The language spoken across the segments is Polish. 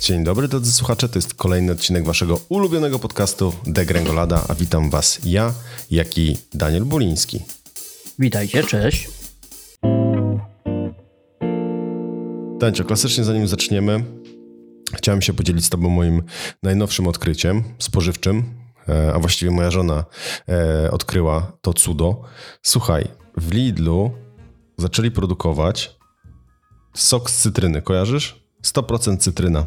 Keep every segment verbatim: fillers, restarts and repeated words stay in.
Dzień dobry drodzy słuchacze, to jest kolejny odcinek waszego ulubionego podcastu Degrengolada, a witam was ja, jak i Daniel Buliński. Witajcie, cześć. Dancio, klasycznie zanim zaczniemy, chciałem się podzielić z tobą moim najnowszym odkryciem spożywczym, a właściwie moja żona odkryła to cudo. Słuchaj, w Lidlu zaczęli produkować sok z cytryny, kojarzysz? sto procent cytryna.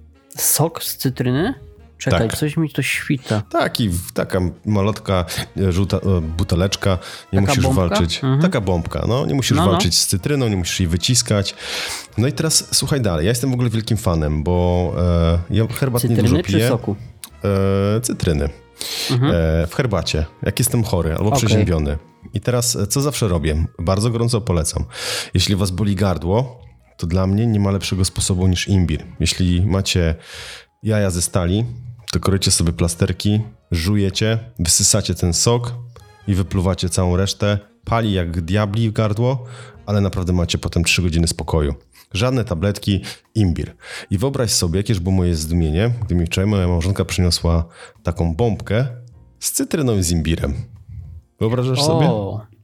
Sok z cytryny? Czekaj, tak. Coś mi to świta. Taki, taka malutka żółta buteleczka, nie taka musisz bombka? walczyć. Mhm. Taka bombka, no nie musisz no, walczyć no. z cytryną, nie musisz jej wyciskać. No i teraz słuchaj dalej, ja jestem w ogóle wielkim fanem, bo e, ja herbat nie dużo piję. Cytryny czy soku? E, cytryny. Mhm. E, w herbacie, jak jestem chory albo okay. przeziębiony. I teraz co zawsze robię? Bardzo gorąco polecam. Jeśli was boli gardło, to dla mnie nie ma lepszego sposobu niż imbir. Jeśli macie jaja ze stali, to kroicie sobie plasterki, żujecie, wysysacie ten sok i wypluwacie całą resztę. Pali jak diabli w gardło, ale naprawdę macie potem trzy godziny spokoju. Żadne tabletki, imbir. I wyobraź sobie, jakież było moje zdumienie, gdy mi wczoraj moja małżonka przyniosła taką bombkę z cytryną i z imbirem. Wyobrażasz o, sobie?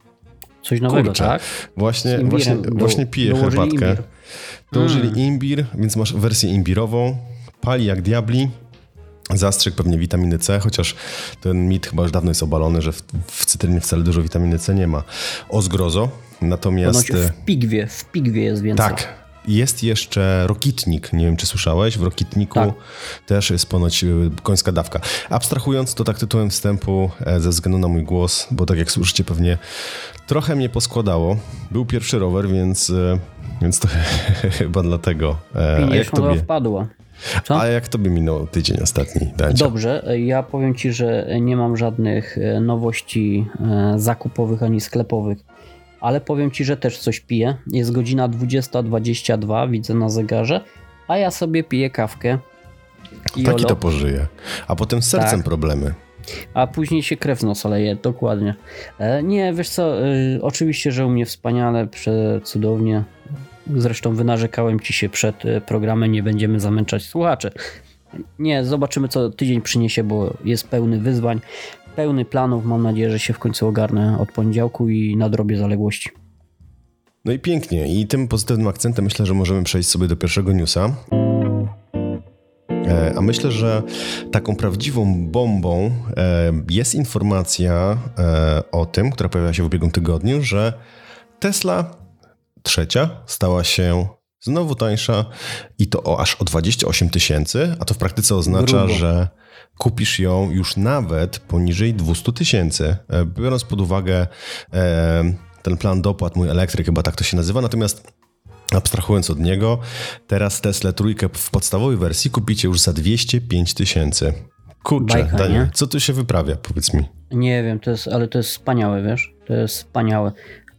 Coś nowego, Kurczę, tak? Właśnie, właśnie, do, właśnie piję herbatkę. Imbir. Dołożyli mm. imbir, więc masz wersję imbirową. Pali jak diabli. Zastrzyk pewnie witaminy C, chociaż ten mit chyba już dawno jest obalony, że w, w cytrynie wcale dużo witaminy C nie ma. O zgrozo, natomiast... Ponoć w pigwie, w pigwie jest więcej. Tak, jest jeszcze rokitnik, nie wiem czy słyszałeś, w rokitniku tak. też jest ponoć końska dawka. Abstrahując to tak tytułem wstępu, ze względu na mój głos, bo tak jak słyszycie pewnie trochę mnie poskładało. Był pierwszy rower, więc, więc to chyba dlatego. A jak tobie wpadło. Co? A jak tobie minął tydzień ostatni, Dancia? Dobrze, ja powiem ci, że nie mam żadnych nowości zakupowych ani sklepowych, ale powiem ci, że też coś piję. Jest godzina dwudziesta dwadzieścia dwa, widzę na zegarze, a ja sobie piję kawkę. Taki to pożyje. A potem z sercem tak. problemy. A później się krew z nosa leje, dokładnie. E, nie, wiesz co, e, oczywiście, że u mnie wspaniale, cudownie. Zresztą wynarzekałem ci się przed programem, nie będziemy zamęczać słuchaczy. Nie, zobaczymy co tydzień przyniesie, bo jest pełny wyzwań, pełny planów. Mam nadzieję, że się w końcu ogarnę od poniedziałku i nadrobię zaległości. No i pięknie. I tym pozytywnym akcentem myślę, że możemy przejść sobie do pierwszego newsa. A myślę, że taką prawdziwą bombą jest informacja o tym, która pojawiła się w ubiegłym tygodniu, że Tesla trzecia stała się znowu tańsza i to o aż o dwadzieścia osiem tysięcy, a to w praktyce oznacza, Grubo. że kupisz ją już nawet poniżej dwieście tysięcy. Biorąc pod uwagę ten plan dopłat, mój elektryk chyba tak to się nazywa, natomiast abstrahując od niego, teraz Tesla trójkę w podstawowej wersji kupicie już za dwieście pięć tysięcy. Kurczę, Bajka, Daniel, nie? co tu się wyprawia, powiedz mi? Nie wiem, to jest, ale to jest wspaniałe, wiesz? To jest wspaniałe.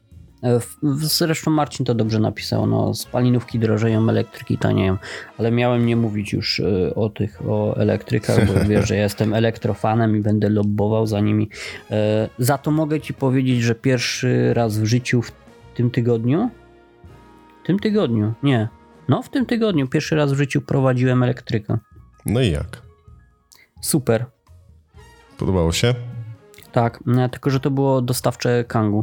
Zresztą Marcin to dobrze napisał, no spalinówki drożeją, elektryki tanieją, ale miałem nie mówić już o tych, o elektrykach, bo wiesz, że ja jestem elektrofanem i będę lobbował za nimi. Za to mogę ci powiedzieć, że pierwszy raz w życiu w tym tygodniu, w tym tygodniu, nie, no w tym tygodniu pierwszy raz w życiu prowadziłem elektryka. No i jak? Super. Podobało się? Tak, tylko że to było dostawcze Kangu.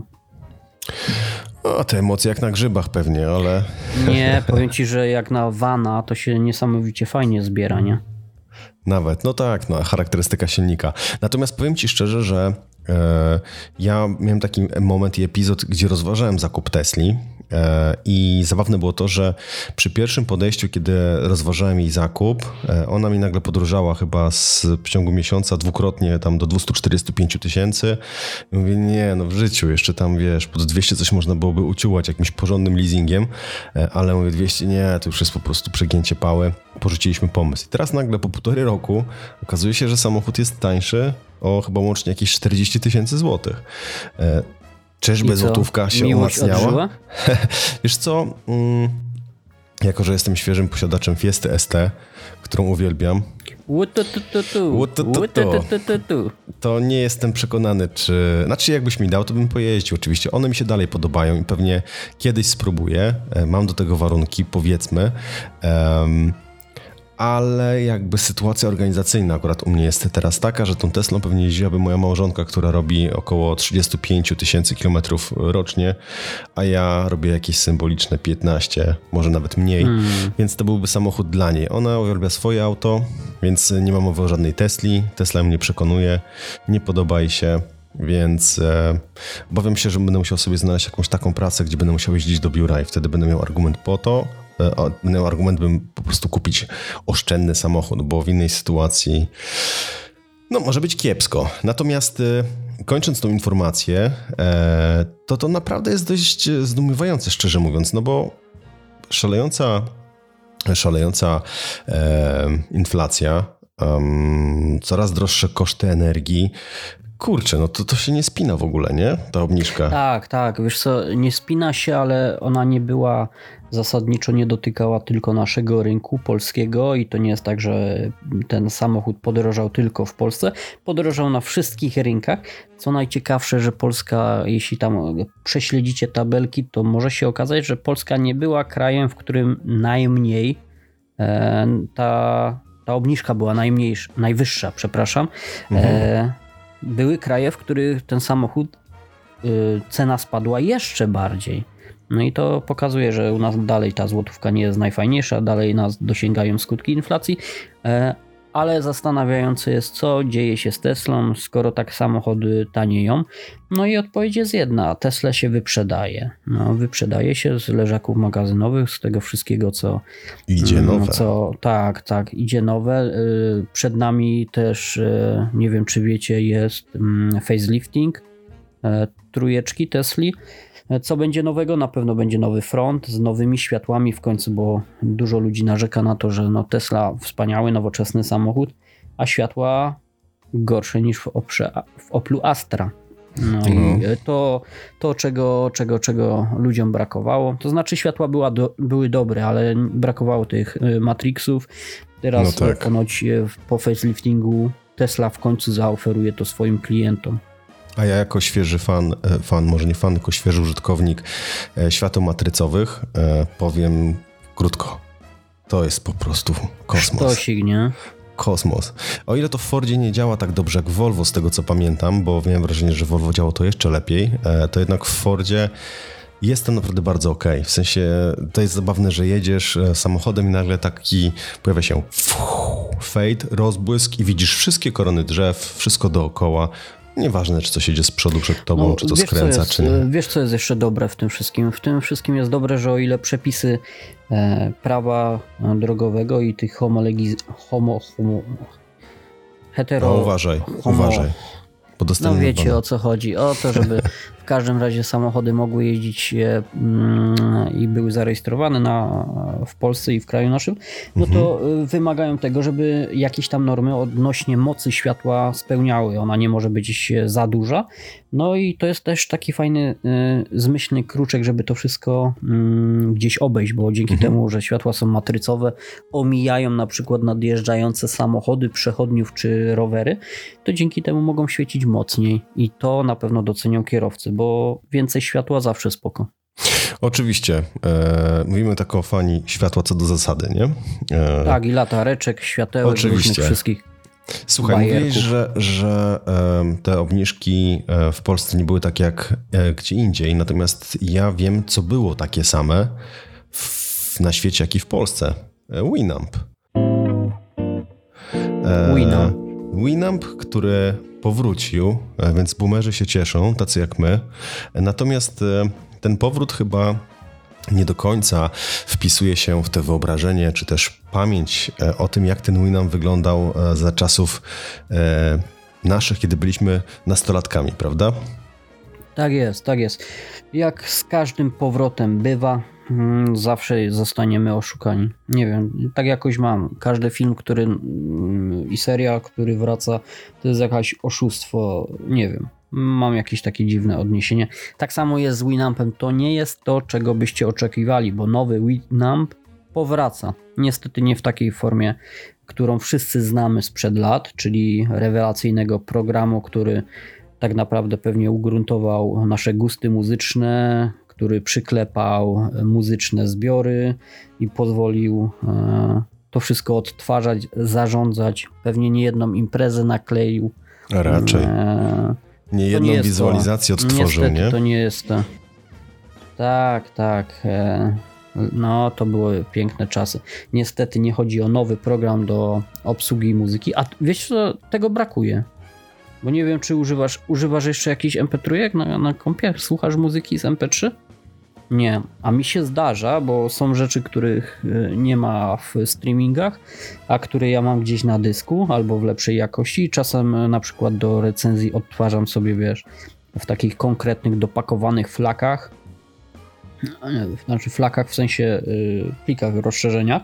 O, te emocje jak na grzybach pewnie, ale... Nie, powiem ci, że jak na vana to się niesamowicie fajnie zbiera, nie? Nawet, no tak, no charakterystyka silnika. Natomiast powiem ci szczerze, że e, ja miałem taki moment i epizod, gdzie rozważałem zakup Tesli e, i zabawne było to, że przy pierwszym podejściu, kiedy rozważałem jej zakup, e, ona mi nagle podrożała chyba z, w ciągu miesiąca dwukrotnie tam do dwieście czterdzieści pięć tysięcy. I mówię, nie, no w życiu jeszcze tam, wiesz, pod dwieście coś można byłoby uciułać jakimś porządnym leasingiem, e, ale mówię, dwieście nie, to już jest po prostu przegięcie pały. Porzuciliśmy pomysł. I teraz nagle po półtorej roku okazuje się, że samochód jest tańszy o chyba łącznie jakieś czterdzieści tysięcy złotych. E, czyżby złotówka się Miłość umacniała? odżyła? Wiesz co, mm, jako że jestem świeżym posiadaczem Fiesty S T, którą uwielbiam, to nie jestem przekonany, czy... Znaczy jakbyś mi dał, to bym pojeździł. Oczywiście one mi się dalej podobają i pewnie kiedyś spróbuję. Mam do tego warunki, powiedzmy. Um, ale jakby sytuacja organizacyjna akurat u mnie jest teraz taka, że tą Teslą pewnie jeździłaby moja małżonka, która robi około trzydzieści pięć tysięcy kilometrów rocznie, a ja robię jakieś symboliczne piętnaście, może nawet mniej, hmm. więc to byłby samochód dla niej. Ona uwielbia swoje auto, więc nie ma mowy o żadnej Tesli. Tesla mnie przekonuje, nie podoba jej się. Więc e, obawiam się, że będę musiał sobie znaleźć jakąś taką pracę, gdzie będę musiał jeździć do biura i wtedy będę miał argument po to, e, będę miał argument, bym po prostu kupić oszczędny samochód, bo w innej sytuacji no może być kiepsko. Natomiast e, kończąc tą informację, e, to to naprawdę jest dość zdumiewające, szczerze mówiąc, no bo szalejąca, szalejąca e, inflacja, um, coraz droższe koszty energii. Kurczę, no to, to się nie spina w ogóle, nie? Ta obniżka. Tak, tak, wiesz co, nie spina się, ale ona nie była zasadniczo, nie dotykała tylko naszego rynku polskiego i to nie jest tak, że ten samochód podrożał tylko w Polsce, podrożał na wszystkich rynkach. Co najciekawsze, że Polska, jeśli tam prześledzicie tabelki, to może się okazać, że Polska nie była krajem, w którym najmniej e, ta, ta obniżka była najmniejsza, najwyższa, przepraszam. Mhm. E, Były kraje, w których ten samochód y, cena spadła jeszcze bardziej. No i to pokazuje, że u nas dalej ta złotówka nie jest najfajniejsza, dalej nas dosięgają skutki inflacji, e, ale zastanawiające jest, co dzieje się z Teslą, skoro tak samochody tanieją. No i odpowiedź jest jedna, Tesla się wyprzedaje. No, wyprzedaje się z leżaków magazynowych, z tego wszystkiego, co... Idzie nowe. Co, tak, tak, idzie nowe. Przed nami też, nie wiem czy wiecie, jest facelifting trójeczki Tesli. Co będzie nowego? Na pewno będzie nowy front z nowymi światłami w końcu, bo dużo ludzi narzeka na to, że no Tesla wspaniały, nowoczesny samochód, a światła gorsze niż w, Oprze, w Oplu Astra. No i to, to czego, czego, czego ludziom brakowało, to znaczy światła była do, były dobre, ale brakowało tych Matrixów. Teraz no tak. Ponoć po faceliftingu Tesla w końcu zaoferuje to swoim klientom. A ja jako świeży fan, fan, może nie fan, tylko świeży użytkownik świateł matrycowych powiem krótko. To jest po prostu kosmos. Sztosik, nie? Kosmos. O ile to w Fordzie nie działa tak dobrze jak w Volvo, z tego co pamiętam, bo miałem wrażenie, że Volvo działało to jeszcze lepiej, to jednak w Fordzie jest to naprawdę bardzo okej. W sensie to jest zabawne, że jedziesz samochodem i nagle taki pojawia się fade, rozbłysk i widzisz wszystkie korony drzew, wszystko dookoła. Nieważne, czy coś jedzie z przodu przed tobą, no, czy to skręca, co jest, czy nie. Wiesz, co jest jeszcze dobre w tym wszystkim? W tym wszystkim jest dobre, że o ile przepisy e, prawa drogowego i tych homolegiz... homo... homo hetero... No, uważaj, homo, uważaj. No wiecie pana. O co chodzi. O to, żeby w każdym razie samochody mogły jeździć mm, i były zarejestrowane na, w Polsce i w kraju naszym, no to mhm. wymagają tego, żeby jakieś tam normy odnośnie mocy światła spełniały. Ona nie może być za duża. No i to jest też taki fajny, y, zmyślny kruczek, żeby to wszystko y, gdzieś obejść, bo dzięki mhm. temu, że światła są matrycowe, omijają na przykład nadjeżdżające samochody, przechodniów czy rowery, to dzięki temu mogą świecić mocniej i to na pewno docenią kierowcy, bo więcej światła zawsze spoko. Oczywiście. E, mówimy tak o fani światła co do zasady, nie? E, tak, i latareczek, światełek, oczywiście. Różnych wszystkich. Słuchaj, bajerków. Mówiłeś, że, że e, te obniżki e, w Polsce nie były takie jak e, gdzie indziej, natomiast ja wiem, co było takie same w, na świecie, jak i w Polsce. E, Winamp. E, Winamp. Winamp, który powrócił, więc boomerzy się cieszą, tacy jak my. Natomiast ten powrót chyba nie do końca wpisuje się w te wyobrażenie, czy też pamięć o tym, jak ten Winamp wyglądał za czasów naszych, kiedy byliśmy nastolatkami, prawda? Tak jest, tak jest. Jak z każdym powrotem bywa, zawsze zostaniemy oszukani. Nie wiem, tak jakoś mam. Każdy film, który i serial, który wraca, to jest jakieś oszustwo. Nie wiem. Mam jakieś takie dziwne odniesienie. Tak samo jest z Winampem. To nie jest to, czego byście oczekiwali, bo nowy Winamp powraca. Niestety nie w takiej formie, którą wszyscy znamy sprzed lat, czyli rewelacyjnego programu, który tak naprawdę pewnie ugruntował nasze gusty muzyczne, który przyklepał muzyczne zbiory i pozwolił to wszystko odtwarzać, zarządzać. Pewnie nie jedną imprezę nakleił. Raczej. Eee, nie jedną nie wizualizację to, odtworzył, niestety, nie? to nie jest to. Tak, tak. Eee, no, to były piękne czasy. Niestety nie chodzi o nowy program do obsługi muzyki, a wiesz co, tego brakuje. Bo nie wiem, czy używasz, używasz jeszcze jakiś em pe trzy na, na kompie? Słuchasz muzyki z em pe trzy? Nie, a mi się zdarza, bo są rzeczy, których nie ma w streamingach, a które ja mam gdzieś na dysku albo w lepszej jakości. Czasem na przykład do recenzji odtwarzam sobie, wiesz, w takich konkretnych, dopakowanych flakach, znaczy flakach w sensie plikach, rozszerzeniach.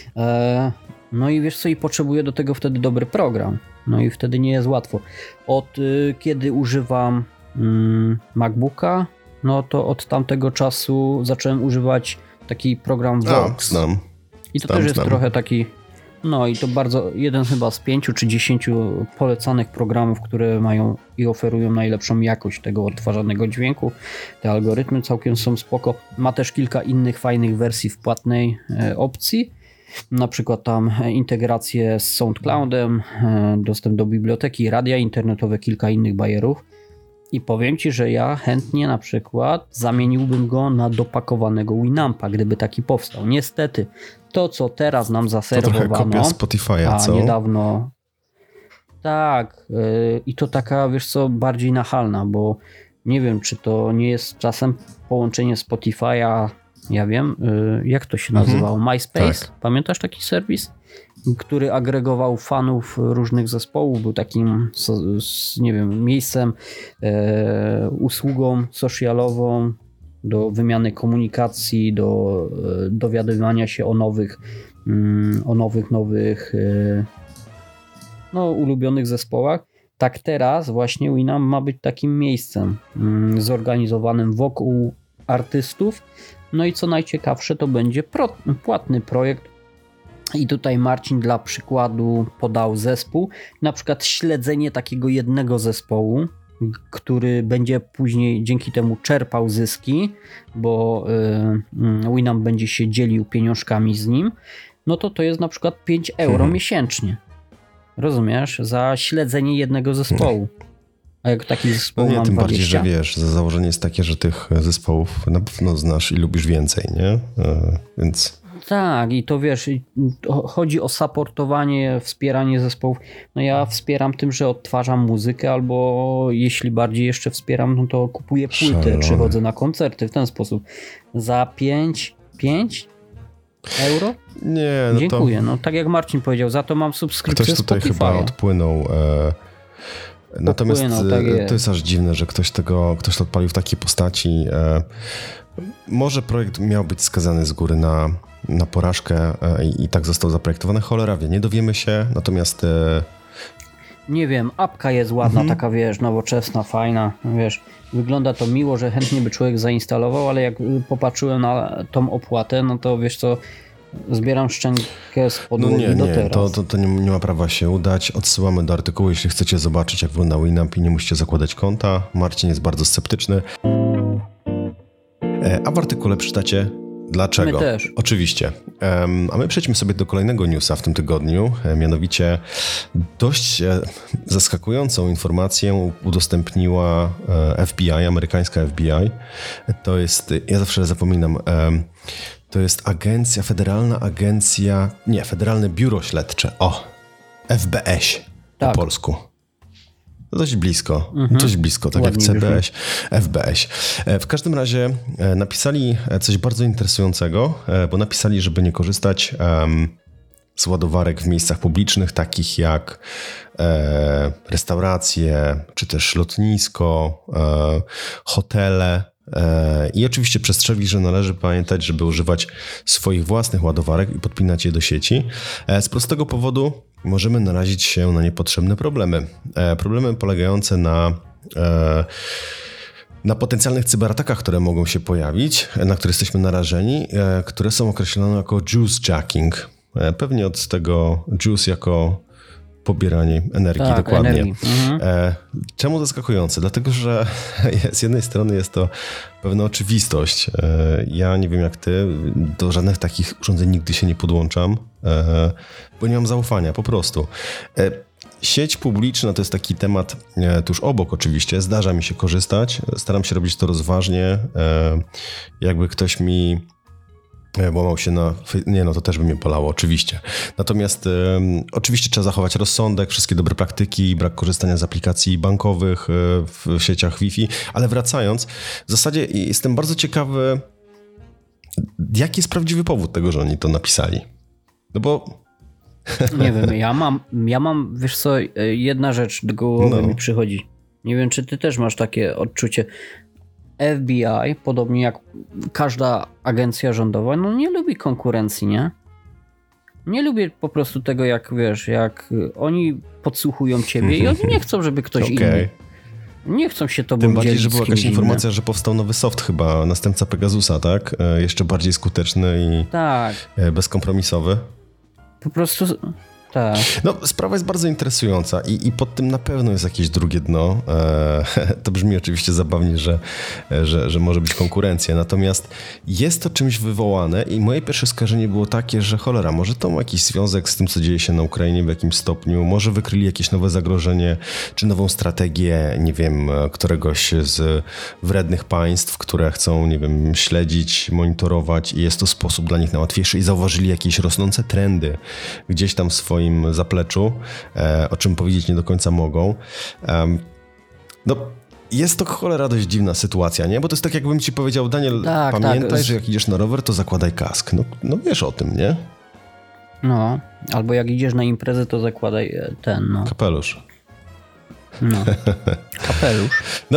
No i wiesz co, i potrzebuję do tego wtedy dobry program. No i wtedy nie jest łatwo. Od kiedy używam MacBooka, no to od tamtego czasu zacząłem używać taki program Vox. znam. I to znam, też jest znam. trochę taki, no i to bardzo, jeden chyba z pięciu czy dziesięciu polecanych programów, które mają i oferują najlepszą jakość tego odtwarzanego dźwięku. Te algorytmy całkiem są spoko. Ma też kilka innych fajnych wersji w płatnej e, opcji. Na przykład tam integrację z SoundCloudem, e, dostęp do biblioteki, radia internetowe, kilka innych bajerów. I powiem Ci, że ja chętnie na przykład zamieniłbym go na dopakowanego Winampa, gdyby taki powstał. Niestety, to co teraz nam zaserwowano, to trochę kopia Spotify'a, co? A niedawno... Tak, yy, i to taka, wiesz co, bardziej nachalna, bo nie wiem, czy to nie jest czasem połączenie Spotify'a, ja wiem, yy, jak to się nazywało, mhm. MySpace? Tak. Pamiętasz taki serwis? Który agregował fanów różnych zespołów, był takim, nie wiem, miejscem, e, usługą socialową do wymiany komunikacji, do e, dowiadywania się o nowych, mm, o nowych, nowych e, no, ulubionych zespołach. Tak teraz właśnie Winamp ma być takim miejscem mm, zorganizowanym wokół artystów. No i co najciekawsze, to będzie pro, płatny projekt. I tutaj Marcin dla przykładu podał zespół, na przykład śledzenie takiego jednego zespołu, który będzie później dzięki temu czerpał zyski, bo y, Winamp będzie się dzielił pieniążkami z nim, no to to jest na przykład pięć euro hmm. miesięcznie. Rozumiesz? Za śledzenie jednego zespołu. A jak taki zespół no nie, mam tym dwadzieścia? bardziej, że wiesz, założenie jest takie, że tych zespołów na pewno znasz i lubisz więcej, nie? Yy, więc... Tak, i to wiesz, chodzi o supportowanie, wspieranie zespołów. No ja wspieram tym, że odtwarzam muzykę, albo jeśli bardziej jeszcze wspieram, no to kupuję płyty, Szalone. Czy chodzę na koncerty w ten sposób. Za pięć euro? Nie, no Dziękuję. to... No tak jak Marcin powiedział, za to mam subskrypcję Ktoś tutaj Spotify'a. chyba odpłynął. E... Natomiast Odpłynął, tak jest. To jest aż dziwne, że ktoś tego, ktoś to odpalił w takiej postaci. E... Może projekt miał być skazany z góry na na porażkę i, i tak został zaprojektowany. Cholera wie, nie dowiemy się, natomiast... E... Nie wiem, apka jest ładna, mhm. taka wiesz, nowoczesna, fajna, wiesz, wygląda to miło, że chętnie by człowiek zainstalował, ale jak popatrzyłem na tą opłatę, no to wiesz co, zbieram szczękę z podłogi no nie, do nie, teraz. To, to, to nie, nie ma prawa się udać. Odsyłamy do artykułu, jeśli chcecie zobaczyć, jak wygląda Winamp i nie musicie zakładać konta. Marcin jest bardzo sceptyczny. E, a w artykule przeczytacie dlaczego? My też. Oczywiście. Um, a my przejdźmy sobie do kolejnego newsa w tym tygodniu, e, mianowicie dość e, zaskakującą informację udostępniła e, F B I, amerykańska F B I. To jest, ja zawsze zapominam, e, to jest agencja, federalna agencja, nie, Federalne Biuro Śledcze, o, F B S tak. po polsku. Dość blisko, mhm. dość blisko, tak Ładnie jak C B S, F B S. W każdym razie napisali coś bardzo interesującego, bo napisali, żeby nie korzystać um, z ładowarek w miejscach publicznych, takich jak e, restauracje, czy też lotnisko, e, hotele. I oczywiście przestrzegli, że należy pamiętać, żeby używać swoich własnych ładowarek i podpinać je do sieci. Z prostego powodu możemy narazić się na niepotrzebne problemy. Problemy polegające na, na potencjalnych cyberatakach, które mogą się pojawić, na które jesteśmy narażeni, które są określone jako juice jacking. Pewnie od tego juice jako pobieranie energii, tak, dokładnie. Energii. Mhm. E, czemu zaskakujące? Dlatego, że z jednej strony jest to pewna oczywistość. E, ja nie wiem jak ty, do żadnych takich urządzeń nigdy się nie podłączam, e, bo nie mam zaufania, po prostu. E, sieć publiczna to jest taki temat e, tuż obok oczywiście, zdarza mi się korzystać, staram się robić to rozważnie. E, jakby ktoś mi łamał się na... Nie, no to też by mnie bolało, oczywiście. Natomiast um, oczywiście trzeba zachować rozsądek, wszystkie dobre praktyki, brak korzystania z aplikacji bankowych y, w sieciach Wi-Fi, ale wracając, w zasadzie jestem bardzo ciekawy, jaki jest prawdziwy powód tego, że oni to napisali. No bo... Nie wiem, ja mam, ja mam, wiesz co, jedna rzecz do głowy no. mi przychodzi. Nie wiem, czy ty też masz takie odczucie. F B I, podobnie jak każda agencja rządowa, no nie lubi konkurencji, nie? Nie lubię po prostu tego, jak wiesz, jak oni podsłuchują ciebie i oni nie chcą, żeby ktoś okay. inny. Nie chcą się tobą Tym bardziej, dzielić że była jakaś innym. informacja, że powstał nowy soft chyba, następca Pegasusa, tak? E, jeszcze bardziej skuteczny i tak. bezkompromisowy. Po prostu... Tak. No, sprawa jest bardzo interesująca i, i pod tym na pewno jest jakieś drugie dno. E, to brzmi oczywiście zabawnie, że, że, że może być konkurencja, natomiast jest to czymś wywołane i moje pierwsze skojarzenie było takie, że cholera, może to ma jakiś związek z tym, co dzieje się na Ukrainie w jakimś stopniu, może wykryli jakieś nowe zagrożenie, czy nową strategię, nie wiem, któregoś z wrednych państw, które chcą, nie wiem, śledzić, monitorować i jest to sposób dla nich na łatwiejszy i zauważyli jakieś rosnące trendy gdzieś tam w swoim zapleczu, o czym powiedzieć nie do końca mogą. No, jest to cholera dość dziwna sytuacja, nie? Bo to jest tak, jakbym ci powiedział, Daniel, tak, pamiętaj, tak. że jak idziesz na rower, to zakładaj kask. No, no wiesz o tym, nie? No, albo jak idziesz na imprezę, to zakładaj ten, no. Kapelusz. No, kapelusz. No...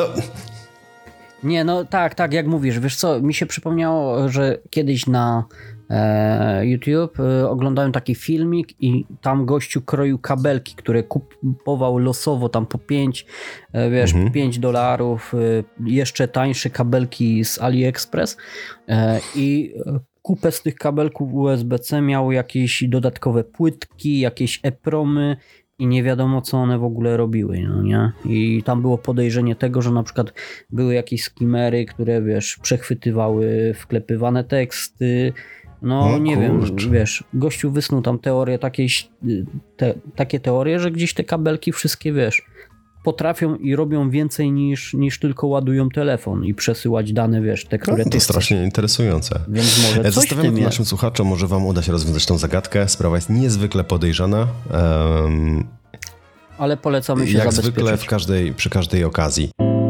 Nie, no tak, tak, jak mówisz, wiesz co, mi się przypomniało, że kiedyś na e, YouTube e, oglądałem taki filmik i tam gościu kroił kabelki, które kupował losowo tam po pięć, e, wiesz, mhm. po pięć dolarów, e, jeszcze tańsze kabelki z AliExpress e, i kupę z tych kabelków U S B C miało jakieś dodatkowe płytki, jakieś epromy, i nie wiadomo, co one w ogóle robiły, no nie? I tam było podejrzenie tego, że na przykład były jakieś skimery, które, wiesz, przechwytywały wklepywane teksty. No, no nie kurczę. wiem, wiesz, gościu wysnuł tam teorię takiej, te, takie teorie, że gdzieś te kabelki wszystkie, wiesz, potrafią i robią więcej niż, niż tylko ładują telefon i przesyłać dane, wiesz, te, które no, ty to strasznie chcesz. Interesujące. Więc może coś Zostawiamy w tym naszym jest. słuchaczom, może wam uda się rozwiązać tą zagadkę. Sprawa jest niezwykle podejrzana. Um, ale polecamy się jak zabezpieczyć. zwykle w każdej, przy każdej okazji.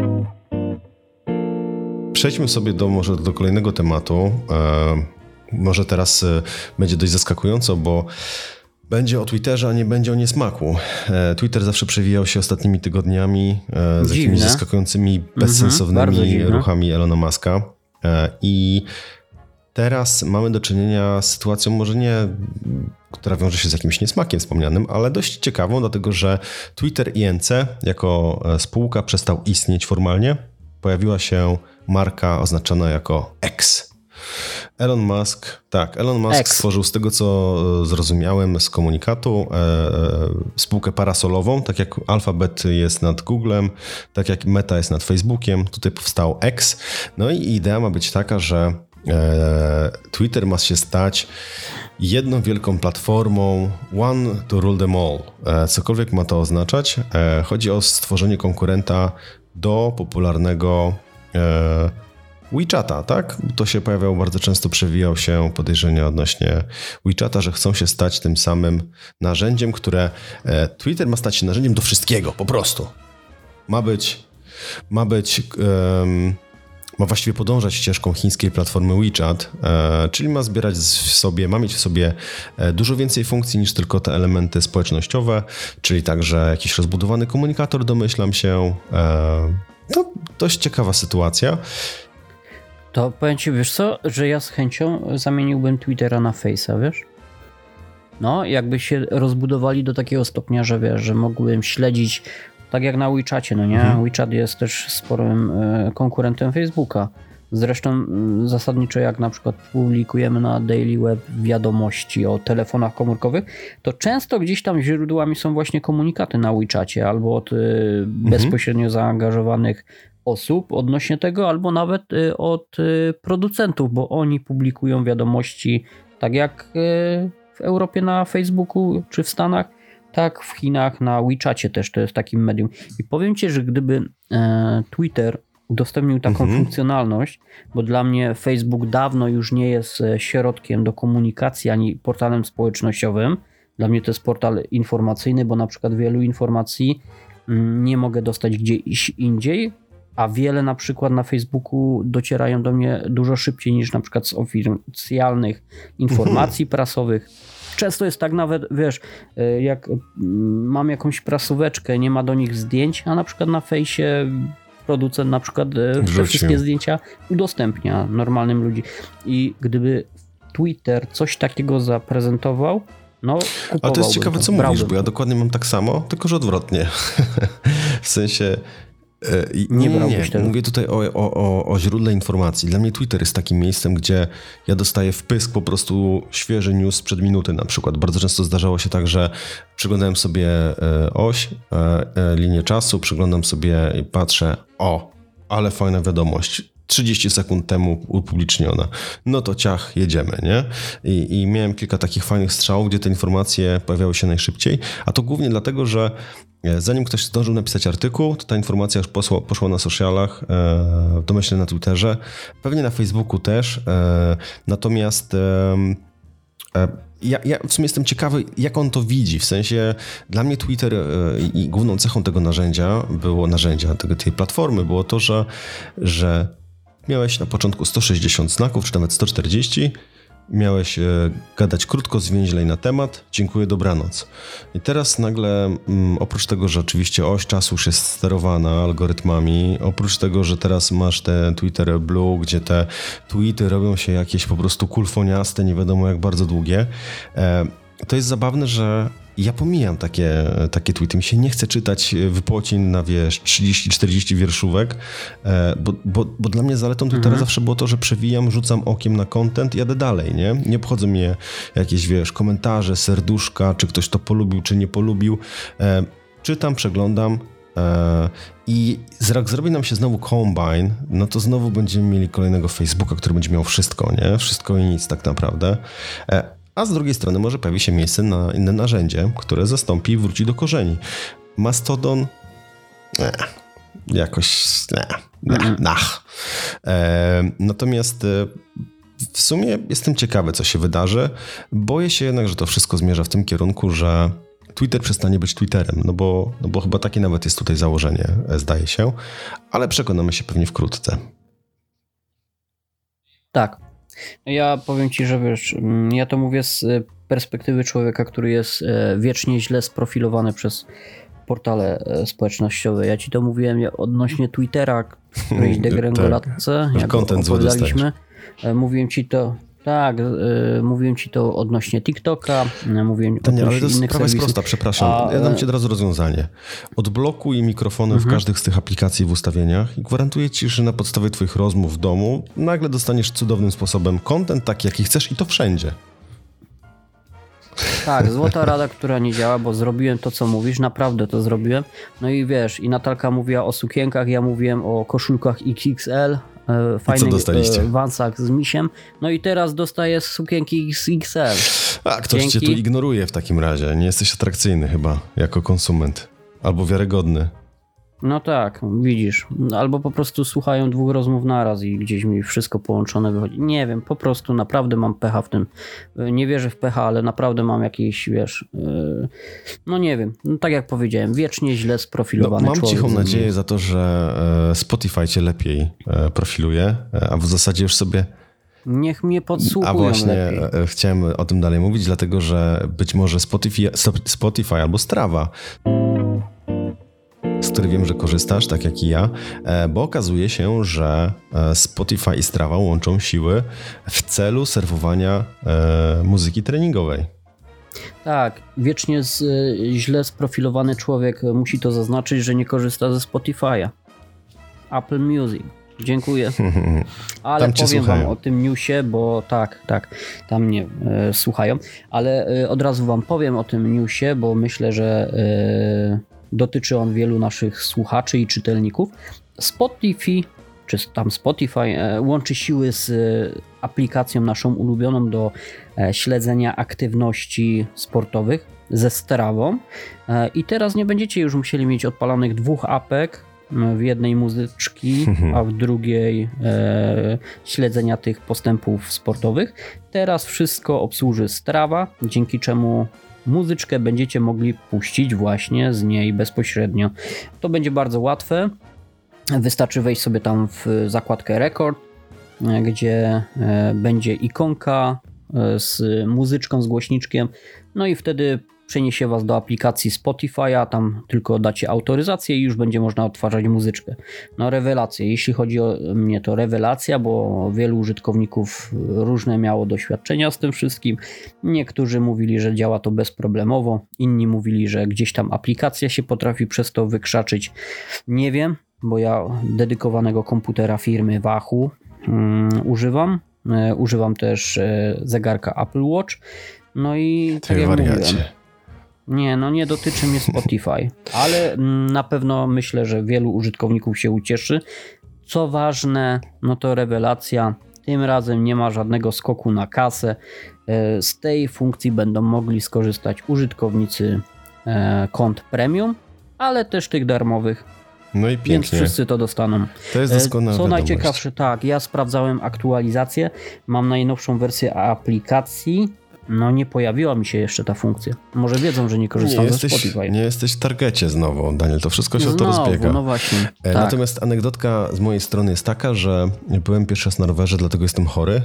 Przejdźmy sobie do może do kolejnego tematu. Um, może teraz um, będzie dość zaskakująco, bo będzie o Twitterze, a nie będzie o niesmaku. Twitter zawsze przewijał się ostatnimi tygodniami z Dziwne. jakimiś zaskakującymi, bezsensownymi mm-hmm, ruchami Elona Muska. I teraz mamy do czynienia z sytuacją może nie, która wiąże się z jakimś niesmakiem wspomnianym, ale dość ciekawą, dlatego że Twitter I N C jako spółka przestał istnieć formalnie. Pojawiła się marka oznaczona jako X. Elon Musk, tak, Elon Musk X. stworzył z tego, co zrozumiałem z komunikatu, e, e, spółkę parasolową, tak jak Alphabet jest nad Googlem, tak jak Meta jest nad Facebookiem, tutaj powstał X. No i idea ma być taka, że e, Twitter ma się stać jedną wielką platformą, one to rule them all. E, cokolwiek ma to oznaczać, e, chodzi o stworzenie konkurenta do popularnego e, WeChata, tak? To się pojawiało bardzo często, przewijał się podejrzenia odnośnie WeChata, że chcą się stać tym samym narzędziem, które e, Twitter ma stać się narzędziem do wszystkiego, po prostu. Ma być, ma być, um, ma właściwie podążać ścieżką chińskiej platformy WeChat, e, czyli ma zbierać w sobie, ma mieć w sobie dużo więcej funkcji niż tylko te elementy społecznościowe, czyli także jakiś rozbudowany komunikator, domyślam się. E, to dość ciekawa sytuacja. To powiem ci, wiesz co, że ja z chęcią zamieniłbym Twittera na Face'a, wiesz? No, jakby się rozbudowali do takiego stopnia, że wiesz, że mógłbym śledzić, tak jak na WeChacie, no nie? Mhm. WeChat jest też sporym e, konkurentem Facebooka. Zresztą zasadniczo jak na przykład publikujemy na Daily Web wiadomości o telefonach komórkowych, to często gdzieś tam źródłami są właśnie komunikaty na WeChacie albo od y, mhm. bezpośrednio zaangażowanych osób odnośnie tego, albo nawet y, od y, producentów, bo oni publikują wiadomości tak jak y, w Europie na Facebooku czy w Stanach, tak w Chinach na WeChacie też to jest takim medium. I powiem ci, że gdyby e, Twitter udostępnił taką mhm. funkcjonalność, bo dla mnie Facebook dawno już nie jest środkiem do komunikacji ani portalem społecznościowym. Dla mnie to jest portal informacyjny, bo na przykład wielu informacji nie mogę dostać gdzieś indziej, a wiele na przykład na Facebooku docierają do mnie dużo szybciej niż na przykład z oficjalnych informacji mhm. prasowych. Często jest tak nawet, wiesz, jak mam jakąś prasóweczkę, nie ma do nich zdjęć, a na przykład na fejsie producent na przykład Wrzucił. te wszystkie zdjęcia udostępnia normalnym ludzi. I gdyby Twitter coś takiego zaprezentował, no kupowałbym. Ale to jest ciekawe, to, co brałbym. mówisz, bo ja dokładnie mam tak samo, tylko że odwrotnie. W sensie... Nie, nie, nie, nie. Mówię tutaj o, o, o źródle informacji. Dla mnie Twitter jest takim miejscem, gdzie ja dostaję wpysk po prostu świeży news sprzed minuty na przykład. Bardzo często zdarzało się tak, że przyglądałem sobie oś, linię czasu, przyglądam sobie i patrzę, o, ale fajna wiadomość. trzydzieści sekund temu upubliczniona. No to ciach, jedziemy, nie? I, I miałem kilka takich fajnych strzałów, gdzie te informacje pojawiały się najszybciej, a to głównie dlatego, że zanim ktoś zdążył napisać artykuł, to ta informacja już poszła, poszła na socialach, e, domyślnie na Twitterze, pewnie na Facebooku też, e, natomiast e, e, ja, ja w sumie jestem ciekawy, jak on to widzi, w sensie dla mnie Twitter e, i główną cechą tego narzędzia było, narzędzia tego, tej platformy było to, że, że miałeś na początku sto sześćdziesiąt znaków, czy nawet sto czterdzieści, miałeś e, gadać krótko, zwięźlej na temat, dziękuję, dobranoc. I teraz nagle, mm, oprócz tego, że oczywiście oś czasu już jest sterowana algorytmami, oprócz tego, że teraz masz te Twitter Blue, gdzie te tweety robią się jakieś po prostu kulfoniaste, nie wiadomo jak bardzo długie, e, to jest zabawne, że ja pomijam takie, takie tweety. Mi się nie chce czytać wypocin na, wiesz, trzydzieści czterdzieści wierszówek, bo, bo, bo dla mnie zaletą Twittera mhm. zawsze było to, że przewijam, rzucam okiem na content i jadę dalej, nie? Nie obchodzą mnie jakieś, wiesz, komentarze, serduszka, czy ktoś to polubił, czy nie polubił. Czytam, przeglądam i jak zrobi nam się znowu Combine, no to znowu będziemy mieli kolejnego Facebooka, który będzie miał wszystko, nie? Wszystko i nic tak naprawdę. A z drugiej strony może pojawi się miejsce na inne narzędzie, które zastąpi i wróci do korzeni. Mastodon? Nie, jakoś nie, nie, nach. E, natomiast e, w sumie jestem ciekawy, co się wydarzy. Boję się jednak, że to wszystko zmierza w tym kierunku, że Twitter przestanie być Twitterem, no bo, no bo chyba takie nawet jest tutaj założenie, zdaje się, ale przekonamy się pewnie wkrótce. Tak. Ja powiem ci, że wiesz, ja to mówię z perspektywy człowieka, który jest wiecznie źle sprofilowany przez portale społecznościowe. Ja ci to mówiłem odnośnie Twittera, której degrengolace, tak. jak opowiadaliśmy. Mówiłem ci to, tak, yy, mówiłem ci to odnośnie TikToka, mówiłem to nie, odnośnie ale to jest, innych sprawa serwisów. jest prosta, przepraszam. A, ja dam ci od razu rozwiązanie. Odblokuj mikrofony mhm. w każdych z tych aplikacji w ustawieniach i gwarantuję ci, że na podstawie twoich rozmów w domu nagle dostaniesz cudownym sposobem content taki, jaki chcesz i to wszędzie. Tak, złota rada, która nie działa, bo zrobiłem to, co mówisz, naprawdę to zrobiłem. No i wiesz, i Natalka mówiła o sukienkach, ja mówiłem o koszulkach X X L, e, fajnych e, wansach z misiem, no i teraz dostaję sukienki X X L. A ktoś Dzięki. cię tu ignoruje w takim razie, nie jesteś atrakcyjny chyba jako konsument, albo wiarygodny. No tak, widzisz. Albo po prostu słuchają dwóch rozmów naraz i gdzieś mi wszystko połączone wychodzi. Nie wiem, po prostu naprawdę mam pecha w tym. Nie wierzę w pecha, ale naprawdę mam jakieś, wiesz, yy, no nie wiem. No tak jak powiedziałem, wiecznie źle sprofilowany no, mam człowiek. Mam cichą nadzieję za to, że Spotify cię lepiej profiluje, a w zasadzie już sobie... Niech mnie podsłuchują A właśnie lepiej. Chciałem o tym dalej mówić, dlatego że być może Spotify, Spotify albo Strava, z której wiem, że korzystasz, tak jak i ja, bo okazuje się, że Spotify i Strava łączą siły w celu serwowania muzyki treningowej. Tak, wiecznie z, źle sprofilowany człowiek musi to zaznaczyć, że nie korzysta ze Spotify'a. Apple Music. dziękuję. Ale powiem wam o tym newsie, bo tak, tak, tam mnie e, słuchają, ale e, od razu wam powiem o tym newsie, bo myślę, że e, dotyczy on wielu naszych słuchaczy i czytelników. Spotify, czy tam Spotify e, łączy siły z e, aplikacją naszą ulubioną do e, śledzenia aktywności sportowych ze Strawą e, i teraz nie będziecie już musieli mieć odpalonych dwóch apek, w jednej muzyczki, a w drugiej e, śledzenia tych postępów sportowych. Teraz wszystko obsłuży Strava, dzięki czemu muzyczkę będziecie mogli puścić właśnie z niej bezpośrednio. To będzie bardzo łatwe. Wystarczy wejść sobie tam w zakładkę Record, e, gdzie e, będzie ikonka e, z muzyczką, z głośniczkiem, no i wtedy przeniesie was do aplikacji Spotify'a, tam tylko dacie autoryzację i już będzie można odtwarzać muzyczkę. No rewelacja, jeśli chodzi o mnie to rewelacja, bo wielu użytkowników różne miało doświadczenia z tym wszystkim. Niektórzy mówili, że działa to bezproblemowo, inni mówili, że gdzieś tam aplikacja się potrafi przez to wykrzaczyć. Nie wiem, bo ja dedykowanego komputera firmy Wahoo um, używam. E, używam też e, zegarka Apple Watch. No i Ty tak jak wariacie. mówiłem, nie, no nie dotyczy mnie Spotify, ale na pewno myślę, że wielu użytkowników się ucieszy. Co ważne, no to rewelacja, tym razem nie ma żadnego skoku na kasę. Z tej funkcji będą mogli skorzystać użytkownicy kont premium, ale też tych darmowych. No i pięknie. Więc wszyscy to dostaną. To jest doskonała Co wiadomość. najciekawsze, tak, ja sprawdzałem aktualizację, mam najnowszą wersję aplikacji. No nie pojawiła mi się jeszcze ta funkcja. Może wiedzą, że nie korzystam nie ze jesteś, Spotify. Nie jesteś w targecie znowu, Daniel, to wszystko się o to Znowu, rozbiega. no właśnie. E, tak. Natomiast anegdotka z mojej strony jest taka, że byłem pierwszy raz na rowerze, dlatego jestem chory.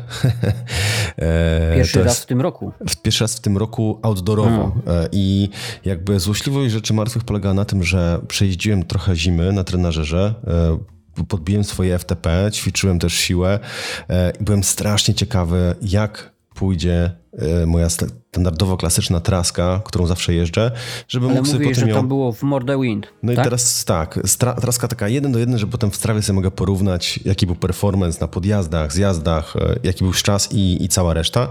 e, Pierwszy to raz jest, w tym roku. w, pierwszy raz w tym roku outdoorowo. Hmm. E, I jakby złośliwość rzeczy martwych polegała na tym, że przejeździłem trochę zimy na trenażerze, e, podbiłem swoje F T P, ćwiczyłem też siłę e, i byłem strasznie ciekawy, jak pójdzie moja standardowo klasyczna traska, którą zawsze jeżdżę, żeby Ale mógł sobie mówiłeś, potem że ją... tam było w Mordewind. No tak? i teraz tak, stra- traska taka jeden do jeden, że potem w Strawie sobie mogę porównać, jaki był performance na podjazdach, zjazdach, jaki był czas i, i cała reszta.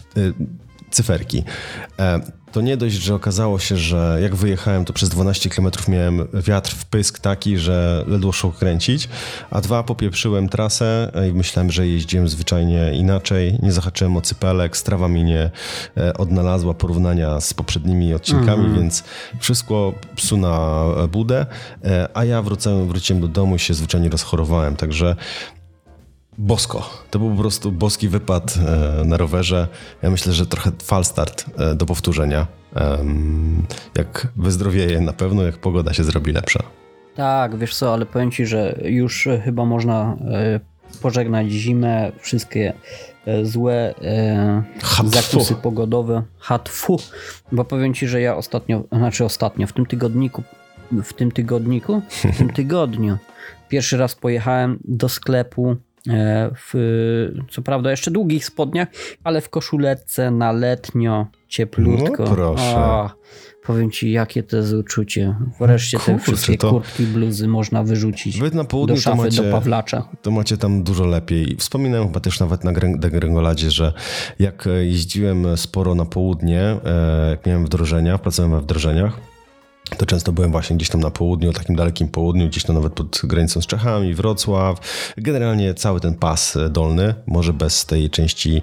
Cyferki. To nie dość, że okazało się, że jak wyjechałem, to przez dwanaście kilometrów miałem wiatr w pysk taki, że ledwo szło kręcić, a dwa, popieprzyłem trasę i myślałem, że jeździłem zwyczajnie inaczej, nie zahaczyłem o cypelek, Strawa mi nie odnalazła porównania z poprzednimi odcinkami, mm-hmm. więc wszystko psu na budę, a ja wróciłem, wróciłem do domu i się zwyczajnie rozchorowałem, także bosko. To był po prostu boski wypad e, na rowerze. Ja myślę, że trochę falstart e, do powtórzenia. E, jak wyzdrowieję na pewno, jak pogoda się zrobi lepsza. Tak, wiesz co, ale powiem ci, że już chyba można e, pożegnać zimę, wszystkie e, złe e, zakusy pogodowe. Hatfu. Bo powiem ci, że ja ostatnio, znaczy ostatnio, w tym tygodniku, w tym tygodniku, w tym tygodniu pierwszy raz pojechałem do sklepu w, co prawda jeszcze długich spodniach, ale w koszuleczce na letnio, cieplutko. No proszę. O, powiem ci, jakie to jest uczucie. Wreszcie te Kurczę, wszystkie to... kurtki, bluzy można wyrzucić Wy na południu do szafy, to macie, do Pawlacza. To macie tam dużo lepiej. Wspominałem chyba też nawet na Degrengoladzie, że jak jeździłem sporo na południe, jak miałem wdrożenia, pracowałem we wdrożeniach, to często byłem właśnie gdzieś tam na południu, takim dalekim południu, gdzieś tam nawet pod granicą z Czechami, Wrocław. Generalnie cały ten pas dolny, może bez tej części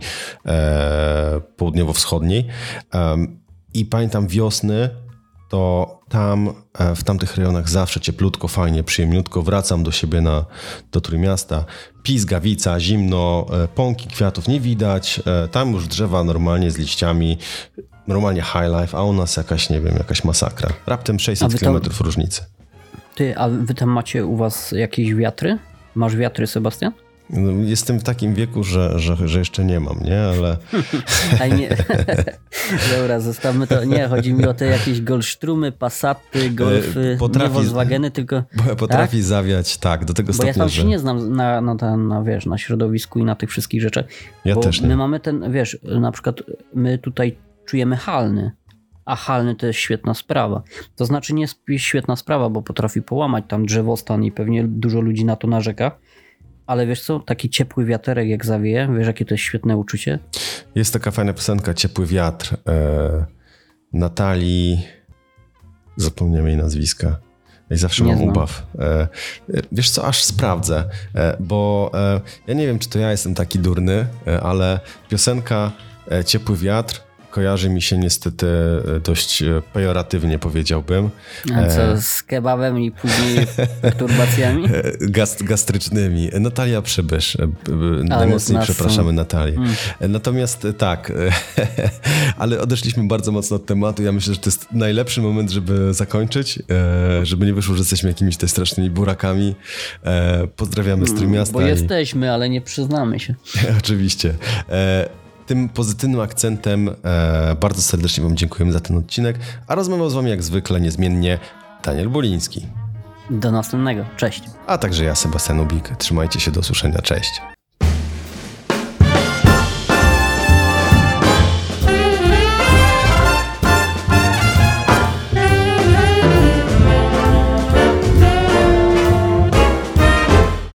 e, południowo-wschodniej. E, I pamiętam wiosny, to tam, e, w tamtych rejonach zawsze cieplutko, fajnie, przyjemniutko. Wracam do siebie na, do Trójmiasta. Pizgawica, zimno, e, pąki kwiatów nie widać. E, tam już drzewa normalnie z liściami. Normalnie high life, a u nas jakaś, nie wiem, jakaś masakra. Raptem sześćset kilometrów tam... różnicy. Ty, a wy tam macie u was jakieś wiatry? Masz wiatry, Sebastian? Jestem w takim wieku, że, że, że jeszcze nie mam, nie? Ale... A nie. Dobra, zostawmy to. Nie, chodzi mi o te jakieś Goldstrumy, Passaty, Golfy, potrafi, nie Volkswageny, tylko... Potrafi tak? zawiać, tak, do tego bo stopnia, ja tam że... się nie znam na, na, na, na, wiesz, na środowisku i na tych wszystkich rzeczach. Ja bo też nie. My mamy ten, wiesz, na przykład my tutaj czujemy halny, a halny to jest świetna sprawa. To znaczy nie jest świetna sprawa, bo potrafi połamać tam drzewostan i pewnie dużo ludzi na to narzeka, Ale wiesz co, taki ciepły wiaterek jak zawieje, wiesz jakie to jest świetne uczucie? Jest taka fajna piosenka Ciepły wiatr e, Natalii, zapomniałem jej nazwiska. I zawsze Nie mam znam. ubaw. E, wiesz co, aż sprawdzę, e, bo e, ja nie wiem, czy to ja jestem taki durny, e, ale piosenka e, Ciepły wiatr kojarzy mi się niestety dość pejoratywnie, powiedziałbym. A co, z kebabem i później perturbacjami? Gast, gastrycznymi. Natalia Przybysz. Najmocniej nas przepraszamy są... Natalię. Mm. Natomiast tak, ale odeszliśmy bardzo mocno od tematu. Ja myślę, że to jest najlepszy moment, żeby zakończyć, żeby nie wyszło, że jesteśmy jakimiś te strasznymi burakami. Pozdrawiamy z Trójmiasta. Bo jesteśmy, ale nie przyznamy się. Oczywiście. Tym pozytywnym akcentem e, bardzo serdecznie wam dziękujemy za ten odcinek, a rozmawiał z wami jak zwykle niezmiennie Daniel Buliński. Do następnego. Cześć. A także ja, Sebastian Ubik. Trzymajcie się, do usłyszenia. Cześć.